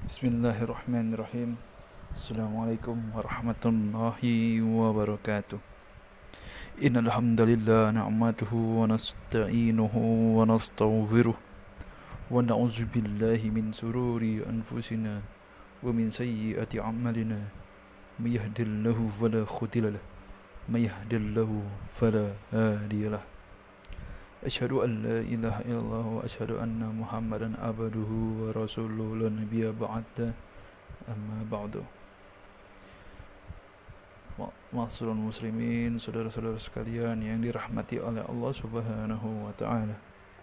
Bismillahirrahmanirrahim. Assalamualaikum warahmatullahi wabarakatuh. Innal hamdalillah na'maduhu wa nasta'inuhu wa nastaghfiruh wa na'udzu billahi min sururi anfusina wa min sayyiati a'malina. May yahdihillahu fala mudilla lahu, may yahdihillahu fala hadiya lahu. Asyhadu an la ilaha illallah wa asyhadu anna Muhammadan abduhu wa rasuluhu la nabiyya ba'da. Amma ba'du. Ma'asyiral muslimin, saudara-saudara sekalian yang dirahmati oleh Allah Subhanahu wa taala.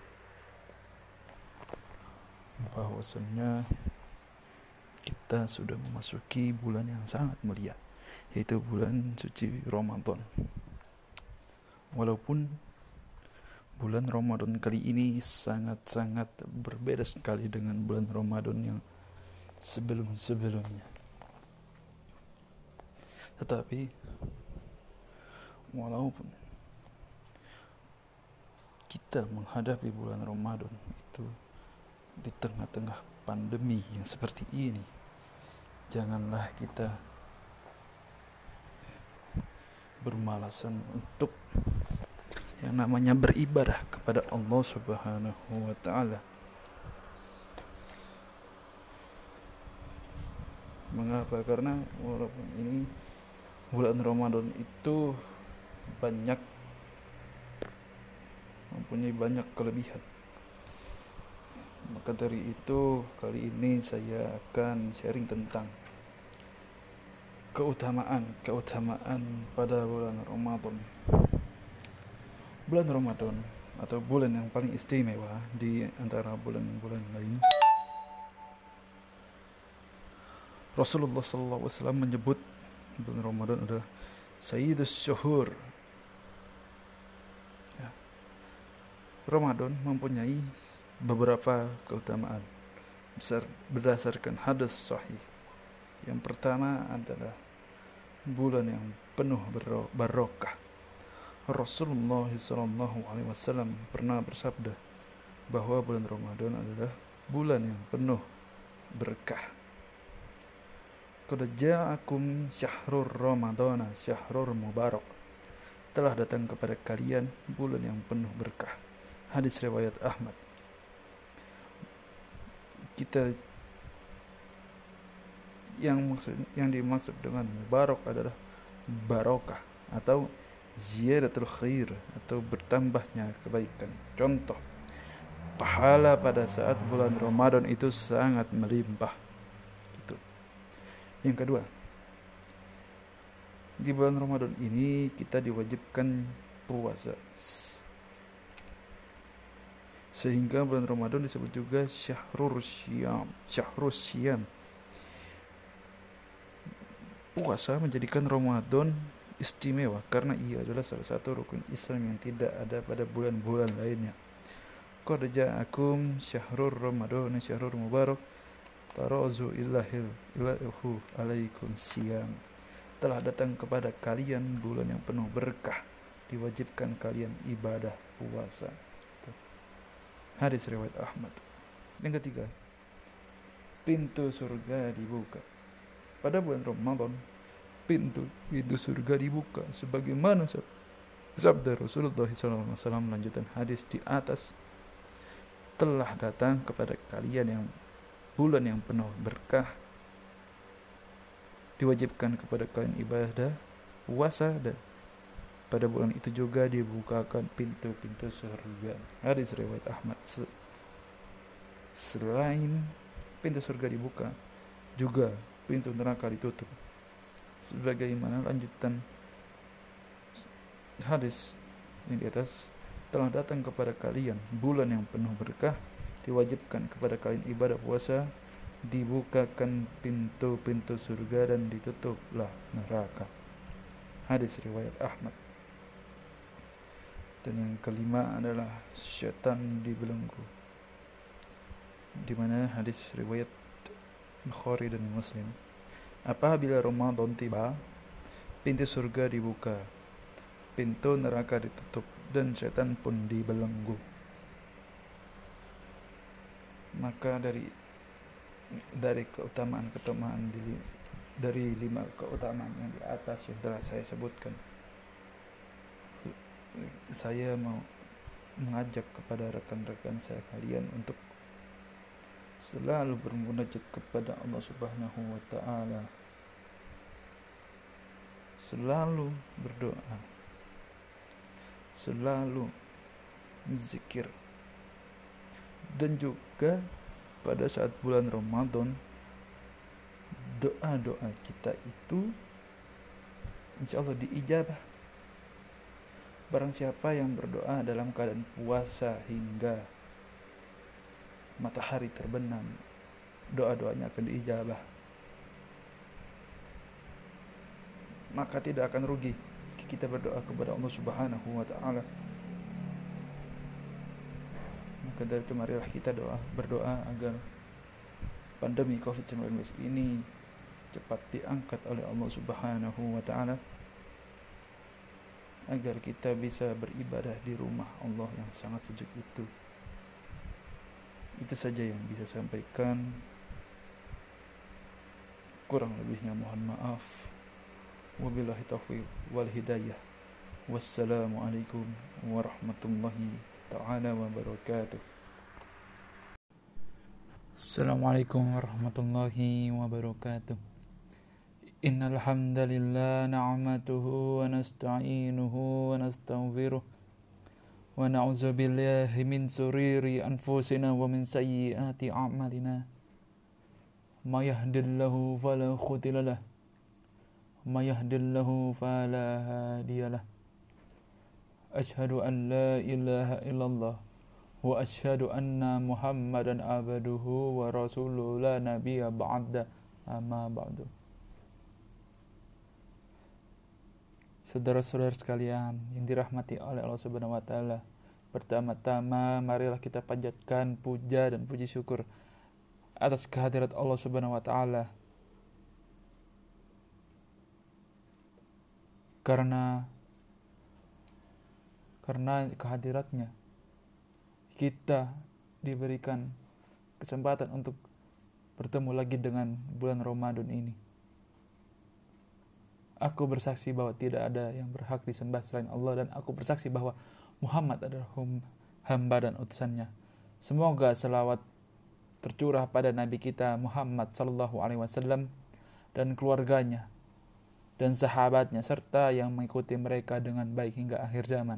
Bahwasanya kita sudah memasuki bulan yang sangat mulia, yaitu bulan suci Ramadan. Walaupun bulan Ramadan kali ini sangat-sangat berbeda sekali dengan bulan Ramadan yang sebelum-sebelumnya. Tetapi walaupun kita menghadapi bulan Ramadan itu di tengah-tengah pandemi yang seperti ini, janganlah kita bermalasan untuk yang namanya beribadah kepada Allah Subhanahu wa taala. Mengapa? Karena walaupun ini bulan Ramadan itu mempunyai banyak kelebihan. Maka dari itu kali ini saya akan sharing tentang keutamaan pada bulan Ramadan. Bulan Ramadan atau bulan yang paling istimewa di antara bulan-bulan lain. Rasulullah SAW menyebut bulan Ramadan adalah Sayyidus Syuhur. Ya. Ramadan mempunyai beberapa keutamaan besar berdasarkan hadis sahih. Yang pertama adalah bulan yang penuh barokah. Rasulullah SAW pernah bersabda bahwa bulan Ramadan adalah bulan yang penuh berkah. Qad ja'akum syahrur ramadana syahrur mubarak. Telah datang kepada kalian bulan yang penuh berkah. Hadis riwayat Ahmad. Yang dimaksud dengan mubarak adalah barokah atau ziyadatul khair atau bertambahnya kebaikan. Contoh, pahala pada saat bulan Ramadan itu sangat melimpah. Yang kedua, di bulan Ramadan ini kita diwajibkan puasa. Sehingga bulan Ramadan disebut juga syahrul syiyam. Puasa menjadikan Ramadan istimewa karena ia adalah salah satu rukun Islam yang tidak ada pada bulan-bulan lainnya. Qad ja'akum syahrur ramadana syahrur mubarak tarazu illahu alaikum siyam. Telah datang kepada kalian bulan yang penuh berkah, diwajibkan kalian ibadah puasa. Hadis riwayat Ahmad. Yang ketiga, pintu surga dibuka. Pada bulan Ramadan, pintu surga dibuka sebagaimana sabda Rasulullah SAW lanjutan hadis di atas. Telah datang kepada kalian yang bulan yang penuh berkah, diwajibkan kepada kalian ibadah puasa, dan pada bulan itu juga dibukakan pintu-pintu surga. Hadis riwayat Ahmad. Selain pintu surga dibuka, juga pintu neraka ditutup. Sebagaimana lanjutan hadis yang di atas, telah datang kepada kalian bulan yang penuh berkah, diwajibkan kepada kalian ibadah puasa, dibukakan pintu-pintu surga dan ditutuplah neraka. Hadis riwayat Ahmad. Dan yang kelima adalah syaitan dibelenggu, di mana hadis riwayat Bukhari dan Muslim. Apabila Ramadan tiba, pintu surga dibuka, pintu neraka ditutup, dan syaitan pun dibelenggu. Maka dari dari keutamaan dari 5 keutamaan yang di atas yang telah saya sebutkan. Saya mau mengajak kepada rekan-rekan saya kalian untuk selalu bermunajat kepada Allah Subhanahu wa taala, selalu berdoa, selalu zikir. Dan juga pada saat bulan Ramadan, doa-doa kita itu insya Allah diijabah. Barang siapa yang berdoa dalam keadaan puasa hingga matahari terbenam, doa-doanya akan diijabah. Maka tidak akan rugi jika kita berdoa kepada Allah Subhanahu wa taala. Maka dari itu marilah kita berdoa agar pandemi COVID-19 ini cepat diangkat oleh Allah Subhanahu wa taala, agar kita bisa beribadah di rumah Allah yang sangat sejuk itu. Itu saja yang bisa saya sampaikan. Kurang lebihnya mohon maaf. Wabillahi taufiq wal hidayah. Wassalamualaikum warahmatullahi ta'ala wabarakatuh. Assalamualaikum warahmatullahi wabarakatuh. Innal hamdalillah na'matuhu wa nasta'inuhu wa nastaghfiruh wa na'udzu billahi min sururi anfusina wa min sayyiati a'malina. May yahdihillahu fala mudilla lahu may yahdihillahu fala hadiya lahu. Asyhadu an la ilaha illallah wa asyhadu anna Muhammadan abduhu wa rasuluhu la nabiyya ba'da amma ba'du. Saudara-saudara sekalian yang dirahmati oleh Allah Subhanahu wa taala, pertama-tama marilah kita panjatkan puja dan puji syukur atas kehadirat Allah Subhanahu wa taala. Karena kehadiratnya kita diberikan kesempatan untuk bertemu lagi dengan bulan Ramadan ini. Aku bersaksi bahwa tidak ada yang berhak disembah selain Allah, dan aku bersaksi bahwa Muhammad adalah hamba dan utusannya. Semoga selawat tercurah pada Nabi kita Muhammad sallallahu alaihi wasallam dan keluarganya dan sahabatnya serta yang mengikuti mereka dengan baik hingga akhir zaman.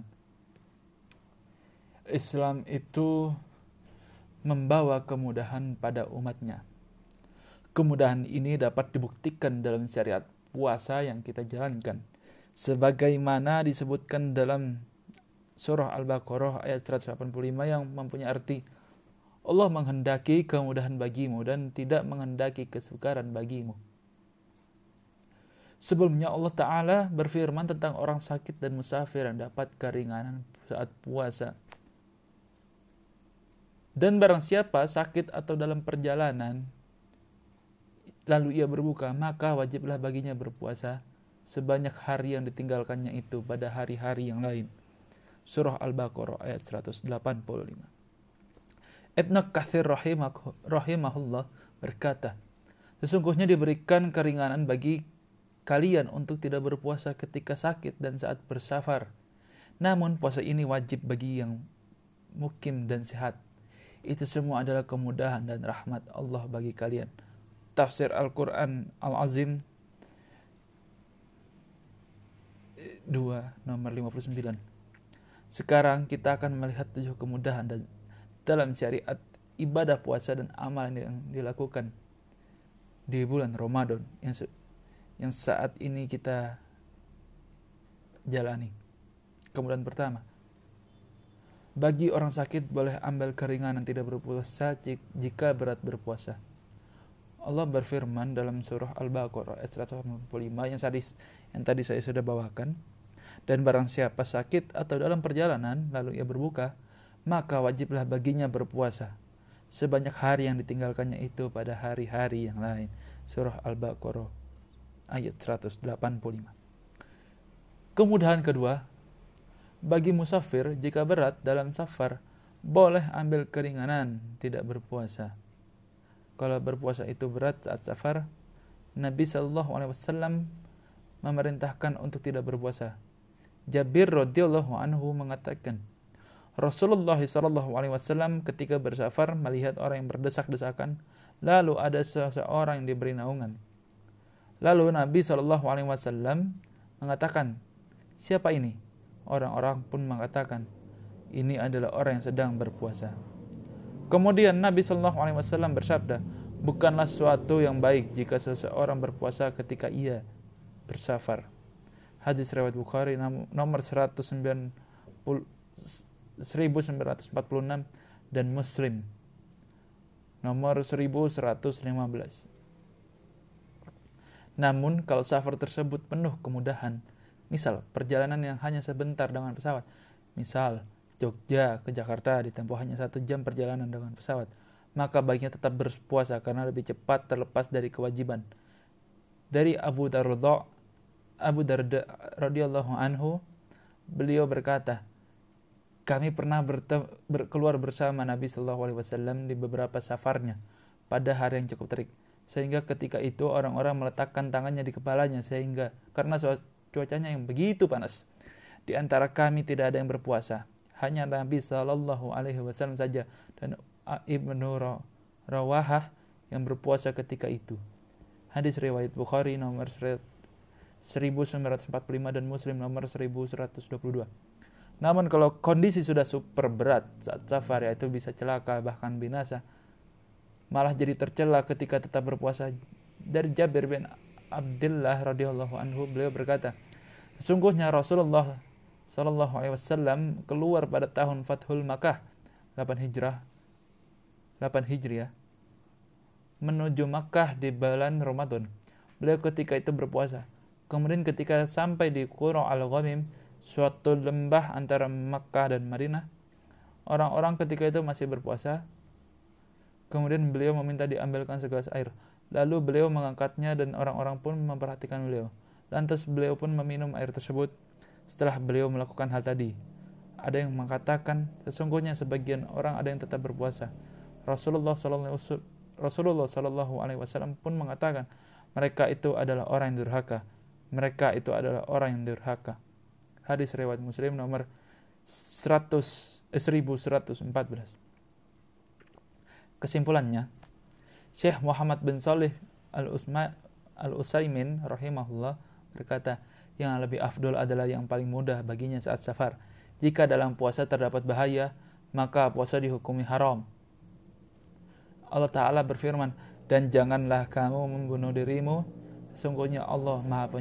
Islam itu membawa kemudahan pada umatnya. Kemudahan ini dapat dibuktikan dalam syariat puasa yang kita jalankan, sebagaimana disebutkan dalam surah Al-Baqarah ayat 185 yang mempunyai arti, Allah menghendaki kemudahan bagimu dan tidak menghendaki kesukaran bagimu. Sebelumnya Allah Ta'ala berfirman tentang orang sakit dan musafir yang dapat keringanan saat puasa. Dan barang siapa sakit atau dalam perjalanan lalu ia berbuka, maka wajiblah baginya berpuasa sebanyak hari yang ditinggalkannya itu pada hari-hari yang lain. Surah Al-Baqarah ayat 185. Ibnu Katsir rahimahullah berkata, sesungguhnya diberikan keringanan bagi kalian untuk tidak berpuasa ketika sakit dan saat bersafar. Namun puasa ini wajib bagi yang mukim dan sehat. Itu semua adalah kemudahan dan rahmat Allah bagi kalian. Tafsir Al-Quran Al-Azim 2 nomor 59. Sekarang kita akan melihat 7 kemudahan dalam syariat ibadah puasa dan amalan yang dilakukan di bulan Ramadan yang saat ini kita jalani. Kemudahan pertama, bagi orang sakit boleh ambil keringanan tidak berpuasa jika berat berpuasa. Allah berfirman dalam surah Al-Baqarah ayat 185 yang tadi saya sudah bawakan. Dan barang siapa sakit atau dalam perjalanan lalu ia berbuka, maka wajiblah baginya berpuasa sebanyak hari yang ditinggalkannya itu pada hari-hari yang lain. Surah Al-Baqarah ayat 185. Kemudahan kedua, bagi musafir jika berat dalam safar boleh ambil keringanan tidak berpuasa. kalau berpuasa itu berat saat safar, Nabi SAW memerintahkan untuk tidak berpuasa. Jabir radhiyallahu anhu mengatakan, Rasulullah SAW ketika bersafar melihat orang yang berdesak-desakan, lalu ada seseorang yang diberi naungan. Lalu Nabi SAW mengatakan, siapa ini? Orang-orang pun mengatakan, ini adalah orang yang sedang berpuasa. Kemudian Nabi SAW bersabda, bukanlah suatu yang baik jika seseorang berpuasa ketika ia bersafar. Hadis riwayat Bukhari nomor 1946 dan Muslim nomor 1115. Namun kalau safar tersebut penuh kemudahan, misal perjalanan yang hanya sebentar dengan pesawat, misal Jogja ke Jakarta ditempuh hanya 1 jam perjalanan dengan pesawat, maka baiknya tetap berpuasa karena lebih cepat terlepas dari kewajiban. Dari Abu Darda radhiyallahu anhu, beliau berkata, kami pernah keluar bersama Nabi SAW di beberapa safarnya pada hari yang cukup terik, sehingga ketika itu orang-orang meletakkan tangannya di kepalanya, sehingga karena cuacanya yang begitu panas, di antara kami tidak ada yang berpuasa, hanya Nabi SAW saja dan Ibnu Rawahah yang berpuasa ketika itu. Hadis riwayat Bukhari nomor 1945 dan Muslim nomor 1122. Namun kalau kondisi sudah super berat saat safar, yaitu bisa celaka bahkan binasa, malah jadi tercela ketika tetap berpuasa. Dari Jabir bin Abdullah radhiyallahu anhu, beliau berkata, sesungguhnya Rasulullah SAW keluar pada tahun Fathul Makkah 8 Hijriah menuju Makkah di bulan Ramadan. Beliau ketika itu berpuasa. Kemudian ketika sampai di Qura al-Ghamim, suatu lembah antara Makkah dan Madinah, orang-orang ketika itu masih berpuasa. Kemudian beliau meminta diambilkan segelas air. Lalu beliau mengangkatnya dan orang-orang pun memperhatikan beliau. Lantas beliau pun meminum air tersebut. Setelah beliau melakukan hal tadi, ada yang mengatakan, sesungguhnya sebagian orang ada yang tetap berpuasa. Rasulullah SAW pun mengatakan, mereka itu adalah orang yang durhaka. Mereka itu adalah orang yang durhaka. Hadis riwayat Muslim nomor 1114. Kesimpulannya, Syekh Muhammad bin Shalih Al-Utsaimin rahimahullah berkata, yang lebih afdol adalah yang paling mudah baginya saat safar. Jika dalam puasa terdapat bahaya, maka puasa dihukumi haram. Allah Ta'ala berfirman, dan janganlah kamu membunuh dirimu, sesungguhnya Allah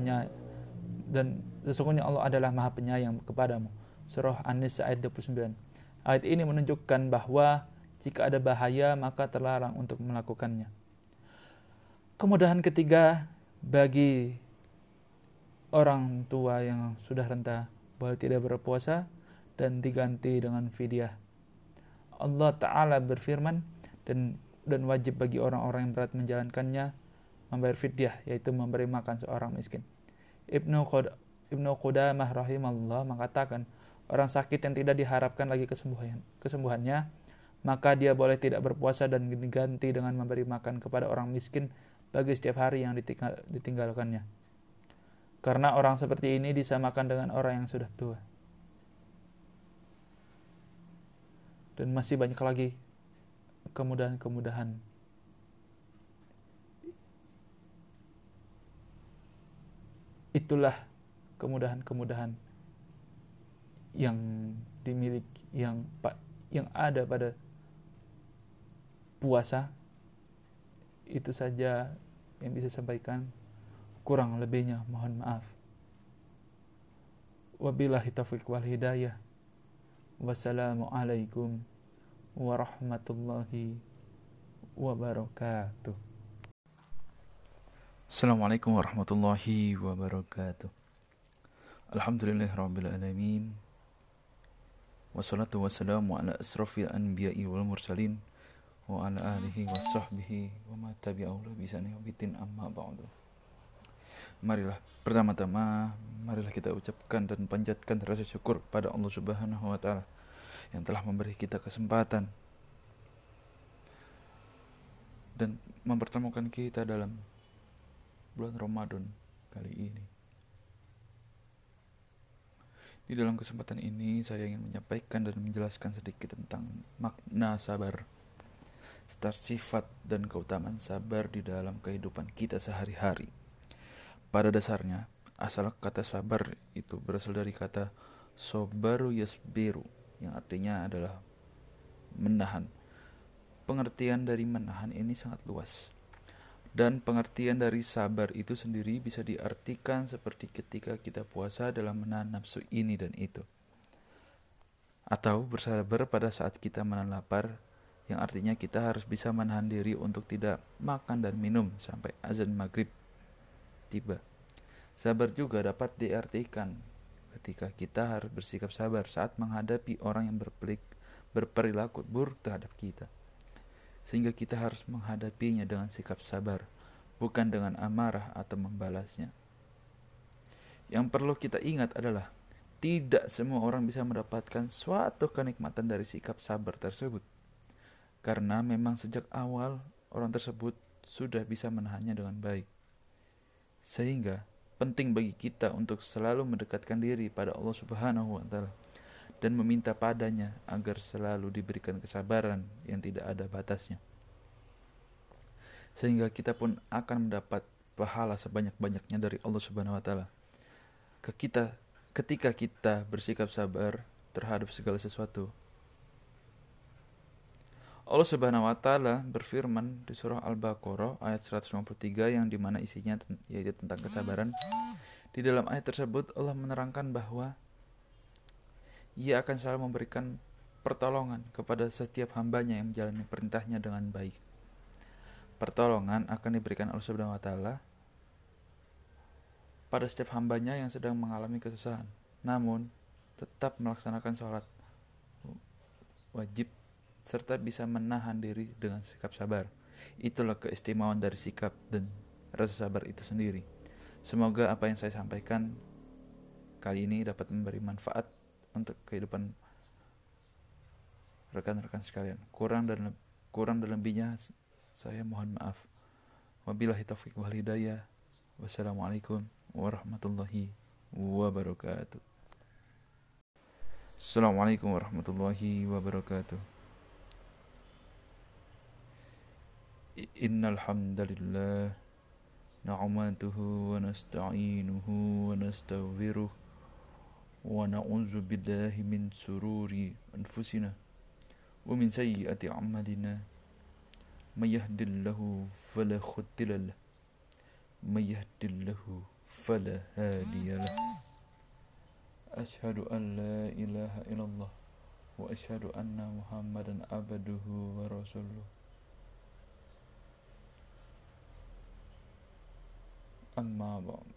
adalah Maha Penyayang kepadamu. Surah An-Nisa ayat 29. Ayat ini menunjukkan bahwa jika ada bahaya, maka terlarang untuk melakukannya. Kemudahan ketiga bagi orang tua yang sudah renta boleh tidak berpuasa dan diganti dengan fidyah. Allah Ta'ala berfirman, dan wajib bagi orang-orang yang berat menjalankannya membayar fidyah, yaitu memberi makan seorang miskin. Ibnu Qudamah rahimahullah mengatakan, orang sakit yang tidak diharapkan lagi kesembuhannya, maka dia boleh tidak berpuasa dan diganti dengan memberi makan kepada orang miskin bagi setiap hari yang ditinggalkannya. Karena orang seperti ini disamakan dengan orang yang sudah tua. Dan masih banyak lagi kemudahan-kemudahan. Itulah kemudahan-kemudahan yang dimiliki, yang ada pada puasa. Itu saja yang bisa sampaikan. Kurang lebihnya mohon maaf. Wabillahi taufiq wal hidayah. Wassalamualaikum warahmatullahi wabarakatuh. Assalamualaikum warahmatullahi wabarakatuh. Alhamdulillahirabbil alamin. Wassalatu wassalamu ala asrofil anbiya'i wal mursalin wa ala alihi wa sahbihi wa ma tabi'ahu bi ihsanin ila yaumil amma ba'du. Pertama-tama marilah kita ucapkan dan panjatkan rasa syukur pada Allah Subhanahu wa taala yang telah memberi kita kesempatan dan mempertemukan kita dalam bulan Ramadan kali ini. Di dalam kesempatan ini saya ingin menyampaikan dan menjelaskan sedikit tentang makna sabar, serta sifat dan keutamaan sabar di dalam kehidupan kita sehari-hari. Pada dasarnya, asal kata sabar itu berasal dari kata sobaru yasbiru, yang artinya adalah menahan. Pengertian dari menahan ini sangat luas. Dan pengertian dari sabar itu sendiri bisa diartikan seperti ketika kita puasa dalam menahan nafsu ini dan itu. Atau bersabar pada saat kita menahan lapar, yang artinya kita harus bisa menahan diri untuk tidak makan dan minum sampai azan maghrib tiba. Sabar juga dapat diartikan ketika kita harus bersikap sabar saat menghadapi orang yang berperilaku buruk terhadap kita. Sehingga kita harus menghadapinya dengan sikap sabar, bukan dengan amarah atau membalasnya. Yang perlu kita ingat adalah tidak semua orang bisa mendapatkan suatu kenikmatan dari sikap sabar tersebut. Karena memang sejak awal orang tersebut sudah bisa menahannya dengan baik. Sehingga penting bagi kita untuk selalu mendekatkan diri pada Allah Subhanahu wa taala dan meminta padanya agar selalu diberikan kesabaran yang tidak ada batasnya. Sehingga kita pun akan mendapat pahala sebanyak-banyaknya dari Allah Subhanahu wa taala. Ketika kita bersikap sabar terhadap segala sesuatu. Allah Subhanahu wa taala berfirman di surah Al-Baqarah ayat 153 yang dimana isinya yaitu tentang kesabaran. Di dalam ayat tersebut Allah menerangkan bahwa Ia akan selalu memberikan pertolongan kepada setiap hambanya yang menjalani perintahnya dengan baik. Pertolongan akan diberikan Allah Subhanahu wa taala pada setiap hambanya yang sedang mengalami kesusahan, namun tetap melaksanakan sholat wajib serta bisa menahan diri dengan sikap sabar. Itulah keistimewaan dari sikap dan rasa sabar itu sendiri. Semoga apa yang saya sampaikan kali ini dapat memberi manfaat untuk kehidupan rekan-rekan sekalian. Kurang dan lebihnya saya mohon maaf. Wabillahi taufiq wal hidayah. Wassalamualaikum warahmatullahi wabarakatuh. Assalamualaikum warahmatullahi wabarakatuh. Innal hamdalillah na'maduhu wa nasta'inuhu wa nastaghfiruh wa na'udzu billahi min sururi anfusina wa min sayyiati a'malina may yahdihillahu fala mudilla lahu may yahdihillahu fala hadiya lahu asyhadu an la ilaha illallah wa asyhadu anna muhammadan abduhu wa rasuluh. Amma ba'd.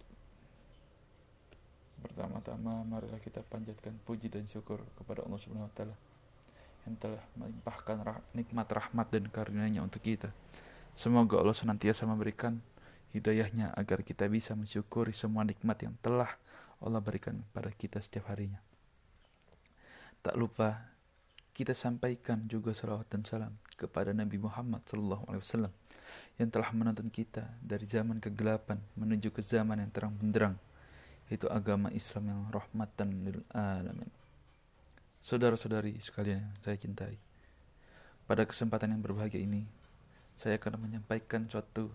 Pertama-tama marilah kita panjatkan puji dan syukur kepada Allah Subhanahu wa taala yang telah melimpahkan nikmat rahmat dan karunia-Nya untuk kita. Semoga Allah senantiasa memberikan hidayahnya agar kita bisa mensyukuri semua nikmat yang telah Allah berikan pada kita setiap harinya. Tak lupa kita sampaikan juga salawat dan salam kepada Nabi Muhammad SAW yang telah menuntun kita dari zaman kegelapan menuju ke zaman yang terang benderang, yaitu agama Islam yang rahmatan lil alamin. Saudara-saudari sekalian yang saya cintai, pada kesempatan yang berbahagia ini saya akan menyampaikan suatu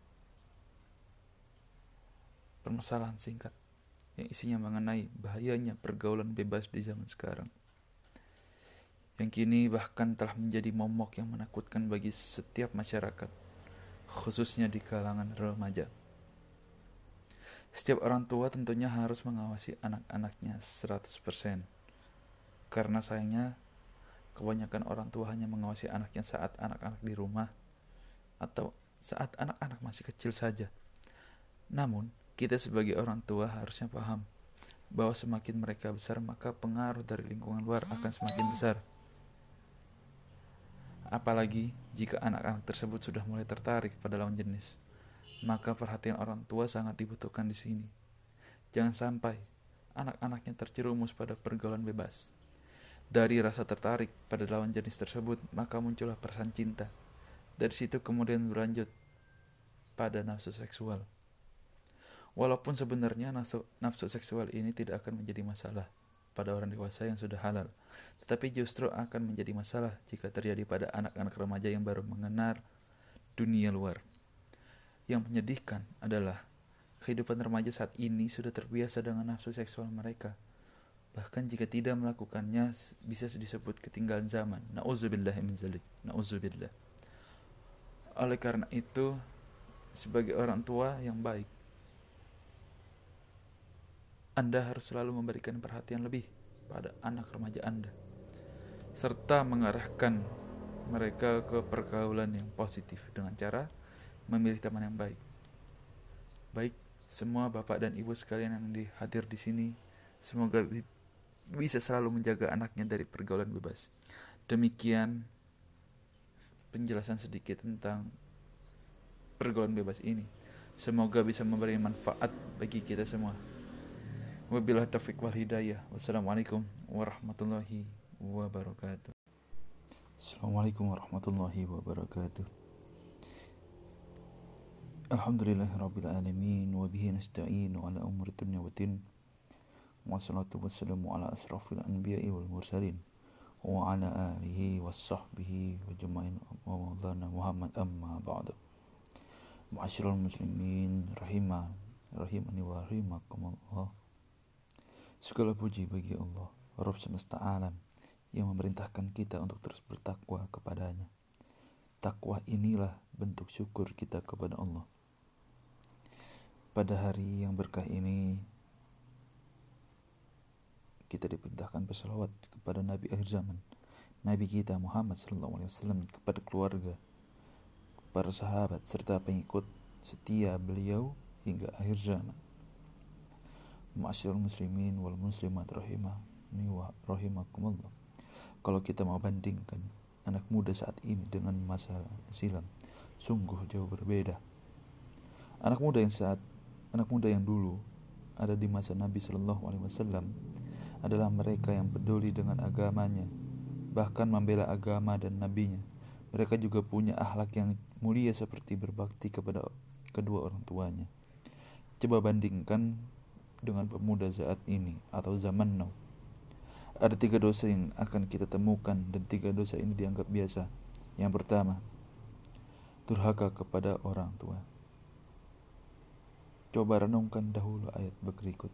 permasalahan singkat yang isinya mengenai bahayanya pergaulan bebas di zaman sekarang, yang kini bahkan telah menjadi momok yang menakutkan bagi setiap masyarakat, khususnya di kalangan remaja. Setiap orang tua tentunya harus mengawasi anak-anaknya 100%. Karena sayangnya kebanyakan orang tua hanya mengawasi anaknya saat anak-anak di rumah atau saat anak-anak masih kecil saja. Namun, kita sebagai orang tua harusnya paham bahwa semakin mereka besar maka pengaruh dari lingkungan luar akan semakin besar. Apalagi jika anak-anak tersebut sudah mulai tertarik pada lawan jenis, maka perhatian orang tua sangat dibutuhkan di sini. Jangan sampai anak-anaknya terjerumus pada pergaulan bebas. Dari rasa tertarik pada lawan jenis tersebut, maka muncullah perasaan cinta. Dari situ kemudian berlanjut pada nafsu seksual. Walaupun sebenarnya nafsu seksual ini tidak akan menjadi masalah pada orang dewasa yang sudah halal, tetapi justru akan menjadi masalah jika terjadi pada anak-anak remaja yang baru mengenal dunia luar. Yang menyedihkan adalah kehidupan remaja saat ini sudah terbiasa dengan nafsu seksual mereka. Bahkan jika tidak melakukannya bisa disebut ketinggalan zaman. Na'udzubillah min zalik. Na'udzubillah. Oleh karena itu, sebagai orang tua yang baik, Anda harus selalu memberikan perhatian lebih pada anak remaja Anda, serta mengarahkan mereka ke pergaulan yang positif dengan cara memilih teman yang baik. Baik, semua bapak dan ibu sekalian yang hadir di sini, semoga bisa selalu menjaga anaknya dari pergaulan bebas. Demikian penjelasan sedikit tentang pergaulan bebas ini. Semoga bisa memberi manfaat bagi kita semua. Wabillahi taufiq wal hidayah. Wassalamualaikum warahmatullahi wabarakatuh. Assalamualaikum warahmatullahi wabarakatuh. Alhamdulillahirabbil alamin wa bihi nasta'in ala umuri dunya waddin. Wassalatu wassalamu ala asrafil anbiya'i wal mursalin wa ala alihi wassahbihi wa jamain wa maulana Muhammad amma ba'du. Ma'asyiral muslimin rahimani wa rahimakumullah. Segala puji bagi Allah, Rabb semesta alam, yang memerintahkan kita untuk terus bertakwa kepadanya. Takwa inilah bentuk syukur kita kepada Allah. Pada hari yang berkah ini, kita diperintahkan berselawat kepada Nabi akhir zaman, Nabi kita Muhammad SAW, kepada keluarga, para sahabat, serta pengikut setia beliau hingga akhir zaman. Ma'asyiral muslimin wal muslimat rahimani wa rahimakumullah. Kalau kita mau bandingkan anak muda saat ini dengan masa silam, sungguh jauh berbeda. Anak muda yang dulu ada di masa Nabi SAW adalah mereka yang peduli dengan agamanya, bahkan membela agama dan nabinya. Mereka juga punya akhlak yang mulia seperti berbakti kepada kedua orang tuanya. Coba bandingkan dengan pemuda saat ini atau zaman now. Ada 3 dosa yang akan kita temukan, dan 3 dosa ini dianggap biasa. Yang pertama, durhaka kepada orang tua. Coba renungkan dahulu ayat berikut.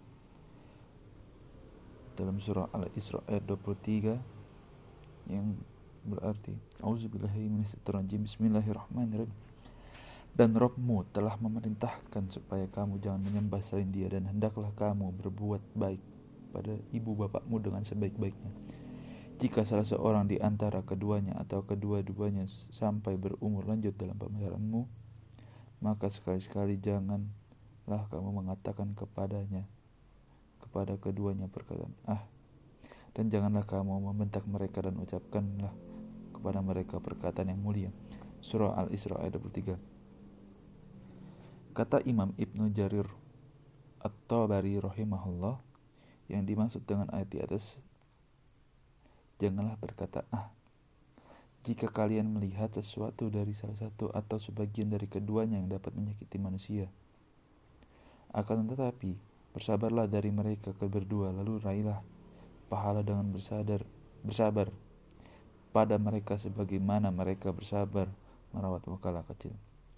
Dalam surah Al-Isra ayat 23 yang berarti Auzubillahi minasyaitonirrajim, Bismillahirrahmanirrahim. Dan Rabb-mu telah memerintahkan supaya kamu jangan menyembah selain Dia, dan hendaklah kamu berbuat baik pada ibu bapakmu dengan sebaik-baiknya. Jika salah seorang di antara keduanya atau kedua-duanya sampai berumur lanjut dalam pemeliharanmu, maka sekali-sekali janganlah kamu mengatakan kepada keduanya perkataan dan janganlah kamu membentak mereka, dan ucapkanlah kepada mereka perkataan yang mulia. Surah Al-Isra ayat 23. Kata Imam Ibnu Jarir At-Tabari rahimahullah, yang dimaksud dengan ayat di atas, janganlah berkata jika kalian melihat sesuatu dari salah satu atau sebagian dari keduanya yang dapat menyakiti manusia. Akan tetapi bersabarlah dari mereka berdua, lalu raihlah pahala dengan bersabar pada mereka sebagaimana mereka bersabar merawat wakala kecil.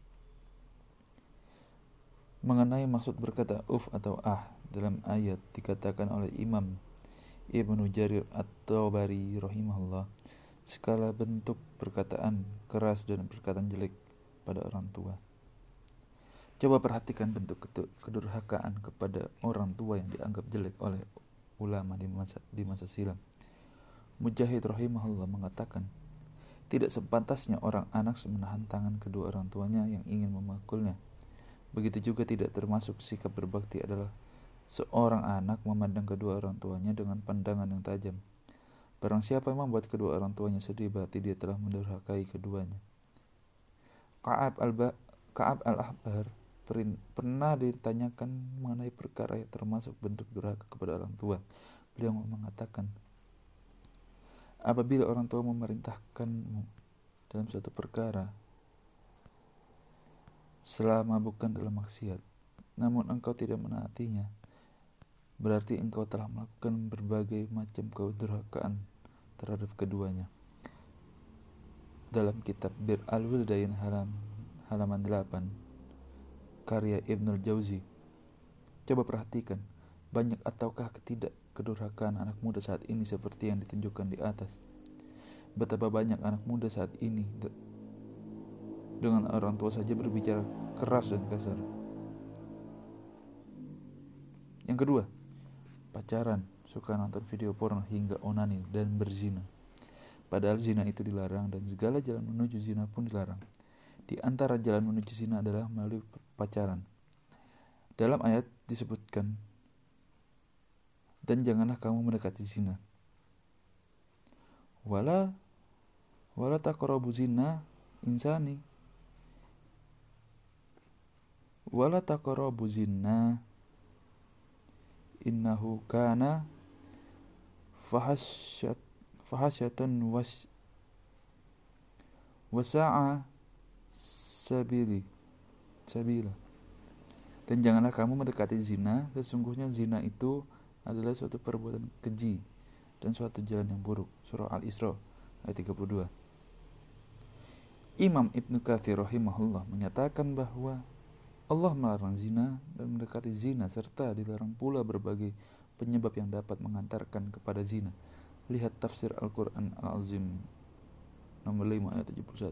Mengenai maksud berkata atau dalam ayat, dikatakan oleh Imam Ibnu Jarir At-Tabari rahimahullah, segala bentuk perkataan keras dan perkataan jelek pada orang tua. Coba perhatikan bentuk kedurhakaan kepada orang tua yang dianggap jelek oleh ulama di masa silam. Mujahid rahimahullah mengatakan, tidak sepantasnya orang anak menahan tangan kedua orang tuanya yang ingin memakulnya. Begitu juga tidak termasuk sikap berbakti adalah seorang anak memandang kedua orang tuanya dengan pandangan yang tajam. Barang siapa yang membuat kedua orang tuanya sedih, berarti dia telah mendurhakai keduanya. Ka'ab al-Ahbar pernah ditanyakan mengenai perkara yang termasuk bentuk durhaka kepada orang tua. Beliau mengatakan, apabila orang tua memerintahkanmu dalam suatu perkara, selama bukan dalam maksiat, namun engkau tidak menaatinya, berarti engkau telah melakukan berbagai macam kedurhakaan terhadap keduanya. Dalam kitab Bir Al-Wildain halaman 8, karya Ibnul Jauzi. Coba perhatikan, banyak ataukah kedurhakaan anak muda saat ini seperti yang ditunjukkan di atas. Betapa banyak anak muda saat ini dengan orang tua saja berbicara keras dan kasar. Yang kedua, pacaran, suka nonton video porno hingga onani dan berzina. Padahal zina itu dilarang dan segala jalan menuju zina pun dilarang. Di antara jalan menuju zina adalah melalui pacaran. Dalam ayat disebutkan, dan janganlah kamu mendekati zina. Wala taqrabu zina insani. Wala taqrabu zina innahu kana fahasyatan wasa'a sabila. Dan janganlah kamu mendekati zina, sesungguhnya zina itu adalah suatu perbuatan keji dan suatu jalan yang buruk. Surah Al-Isra ayat 32. Imam Ibnu Katsir rahimahullah menyatakan bahwa Allah melarang zina dan mendekati zina, serta dilarang pula berbagai penyebab yang dapat mengantarkan kepada zina. Lihat tafsir Al-Quran Al-Azim nomor 5 ayat 71.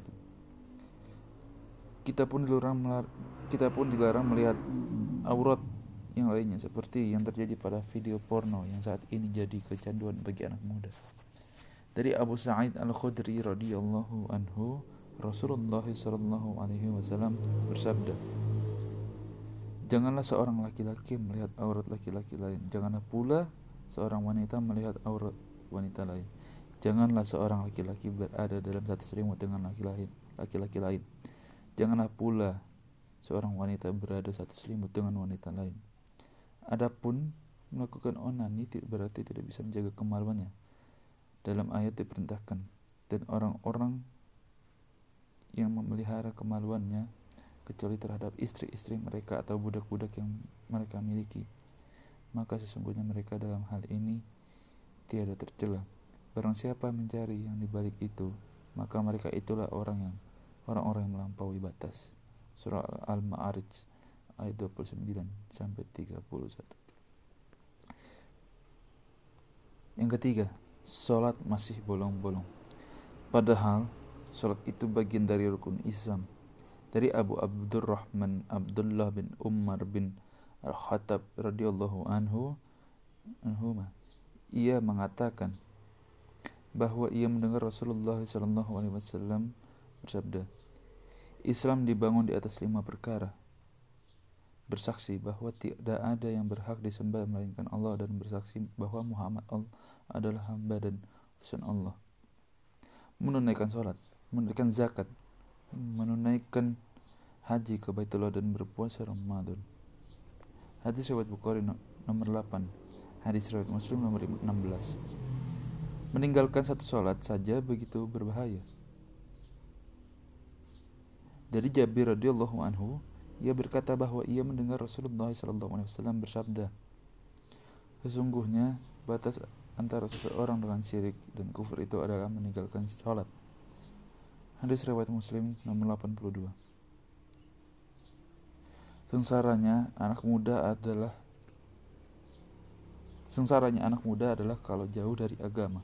Kita pun dilarang melihat aurat yang lainnya, seperti yang terjadi pada video porno yang saat ini jadi kecanduan bagi anak muda. Dari Abu Sa'id Al-Khudri radhiyallahu anhu, Rasulullah sallallahu alaihi wasallam bersabda, janganlah seorang laki-laki melihat aurat laki-laki lain, janganlah pula seorang wanita melihat aurat wanita lain. Janganlah seorang laki-laki berada dalam satu selimut dengan laki-laki lain. Janganlah pula seorang wanita berada satu selimut dengan wanita lain. Adapun melakukan onani berarti tidak bisa menjaga kemaluannya. Dalam ayat diperintahkan, dan orang-orang yang memelihara kemaluannya kecuali terhadap istri-istri mereka atau budak-budak yang mereka miliki, maka sesungguhnya mereka dalam hal ini tiada tercela. Barang siapa mencari yang dibalik itu, maka mereka itulah orang-orang yang melampaui batas. Surah Al-Ma'arij ayat 29 sampai 31. Yang ketiga, salat masih bolong-bolong. Padahal salat itu bagian dari rukun Islam. Dari Abu Abdurrahman Abdullah bin Umar bin Al-Khattab radhiyallahu anhuma, ia mengatakan bahwa ia mendengar Rasulullah SAW bersabda, Islam dibangun di atas 5 perkara: bersaksi bahwa tidak ada yang berhak disembah melainkan Allah, dan bersaksi bahwa Muhammad adalah hamba dan utusan Allah, menunaikan salat, menunaikan zakat, menunaikan haji ke Baitullah, dan berpuasa Ramadan. Hadis riwayat Bukhari nomor 8, hadis riwayat Muslim nomor 16. Meninggalkan satu salat saja begitu berbahaya. Dari Jabir radhiyallahu anhu, ia berkata bahwa ia mendengar Rasulullah SAW bersabda, sesungguhnya batas antara seseorang dengan syirik dan kufur itu adalah meninggalkan salat. Hadis riwayat Muslim nomor 82. Sengsaranya anak muda adalah kalau jauh dari agama.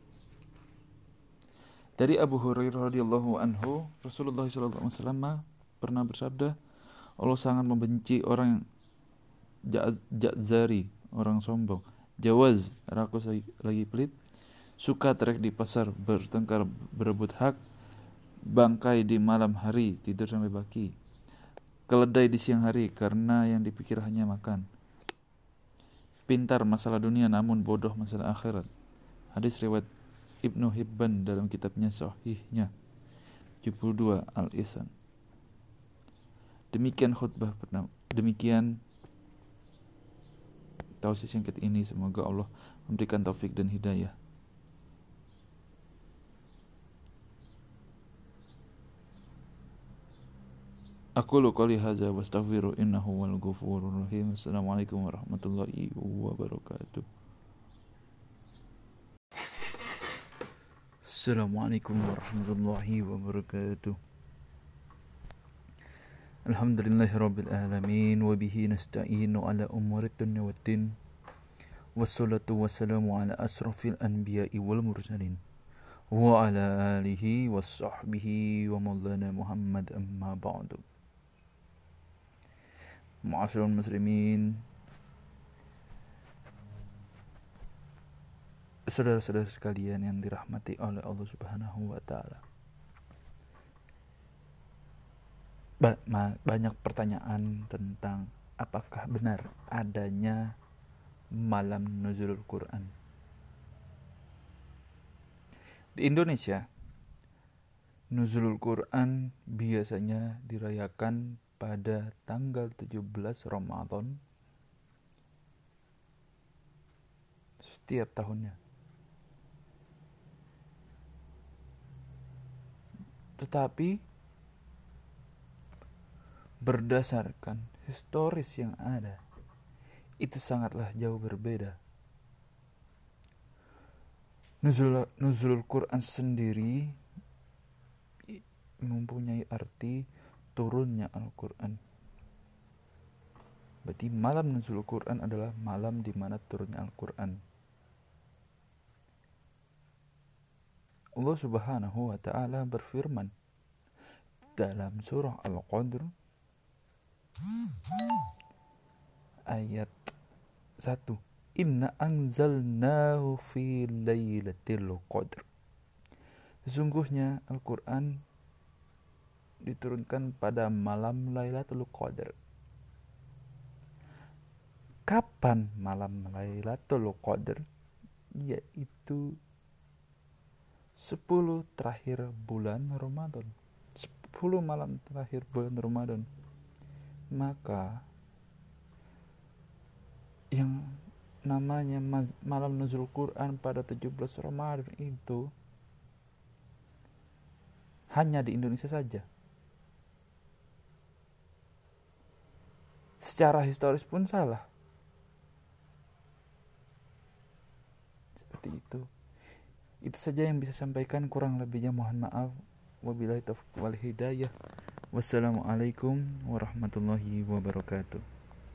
Dari Abu Hurairah radhiyallahu anhu, Rasulullah SAW pernah bersabda, Allah sangat membenci orang yang jazari, orang sombong, jawaz, rakus lagi pelit, suka teriak di pasar, bertengkar, berebut hak, bangkai di malam hari, tidur sampai pagi, keledai di siang hari karena yang dipikir hanya makan, pintar masalah dunia namun bodoh masalah akhirat. Hadis riwayat Ibnu Hibban dalam kitabnya Sahihnya 72 Al-Ihsan. Demikian tausiah singkat ini, semoga Allah memberikan taufik dan hidayah. Aqulu qouli hadza wastaghfiru innahu wal ghafurur rahim. Assalamualaikum warahmatullahi wabarakatuh. Assalamualaikum warahmatullahi wabarakatuh. Alhamdulillahirabbil alamin wa bihi nasta'inu ala umuri dunya waddin. Wassalatu wassalamu ala asrafil anbiya'i wal mursalin wa ala alihi wassahbihi wa maulana Muhammad amma ba'du. Ma'asyiral muslimin, saudara-saudara sekalian yang dirahmati oleh Allah Subhanahu wa taala. Banyak pertanyaan tentang apakah benar adanya malam nuzulul Quran. Di Indonesia, nuzulul Quran biasanya dirayakan pada tanggal 17 Ramadan setiap tahunnya. Tetapi berdasarkan historis yang ada, itu sangatlah jauh berbeda. Nuzulul Quran sendiri mempunyai arti turunnya Al-Quran. Berarti malam nuzulul Quran adalah malam di mana turunnya Al-Quran. Allah Subhanahu wa taala berfirman dalam surah Al-Qadr ayat 1. Inna anzalnahu fi lailatul qadr. Sesungguhnya Al-Quran diturunkan pada malam Lailatul Qadar. Kapan malam Lailatul Qadar? Yaitu 10 terakhir bulan Ramadan. 10 malam terakhir bulan Ramadan. Maka yang namanya malam nuzul Quran pada 17 Ramadan itu hanya di Indonesia saja. Secara historis pun salah. Seperti itu. Itu saja yang bisa sampaikan, kurang lebihnya mohon maaf. Wabillahi taufiq wal hidayah. Wassalamualaikum warahmatullahi wabarakatuh.